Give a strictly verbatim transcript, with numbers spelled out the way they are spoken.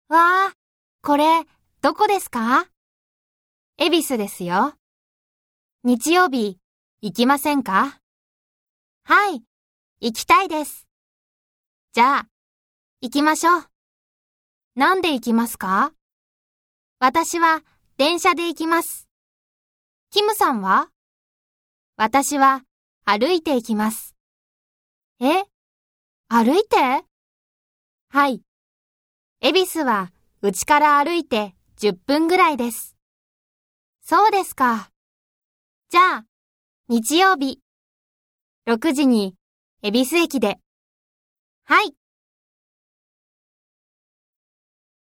わー、これ、どこですか？恵比寿ですよ。日曜日、行きませんか？はい、行きたいです。じゃあ、行きましょう。なんで行きますか？私は電車で行きます。キムさんは？私は歩いて行きます。え？歩いて？はい。恵比寿はうちから歩いてじゅっぷんぐらいです。そうですか。じゃあ、日曜日、ろくじに恵比寿駅で。はい。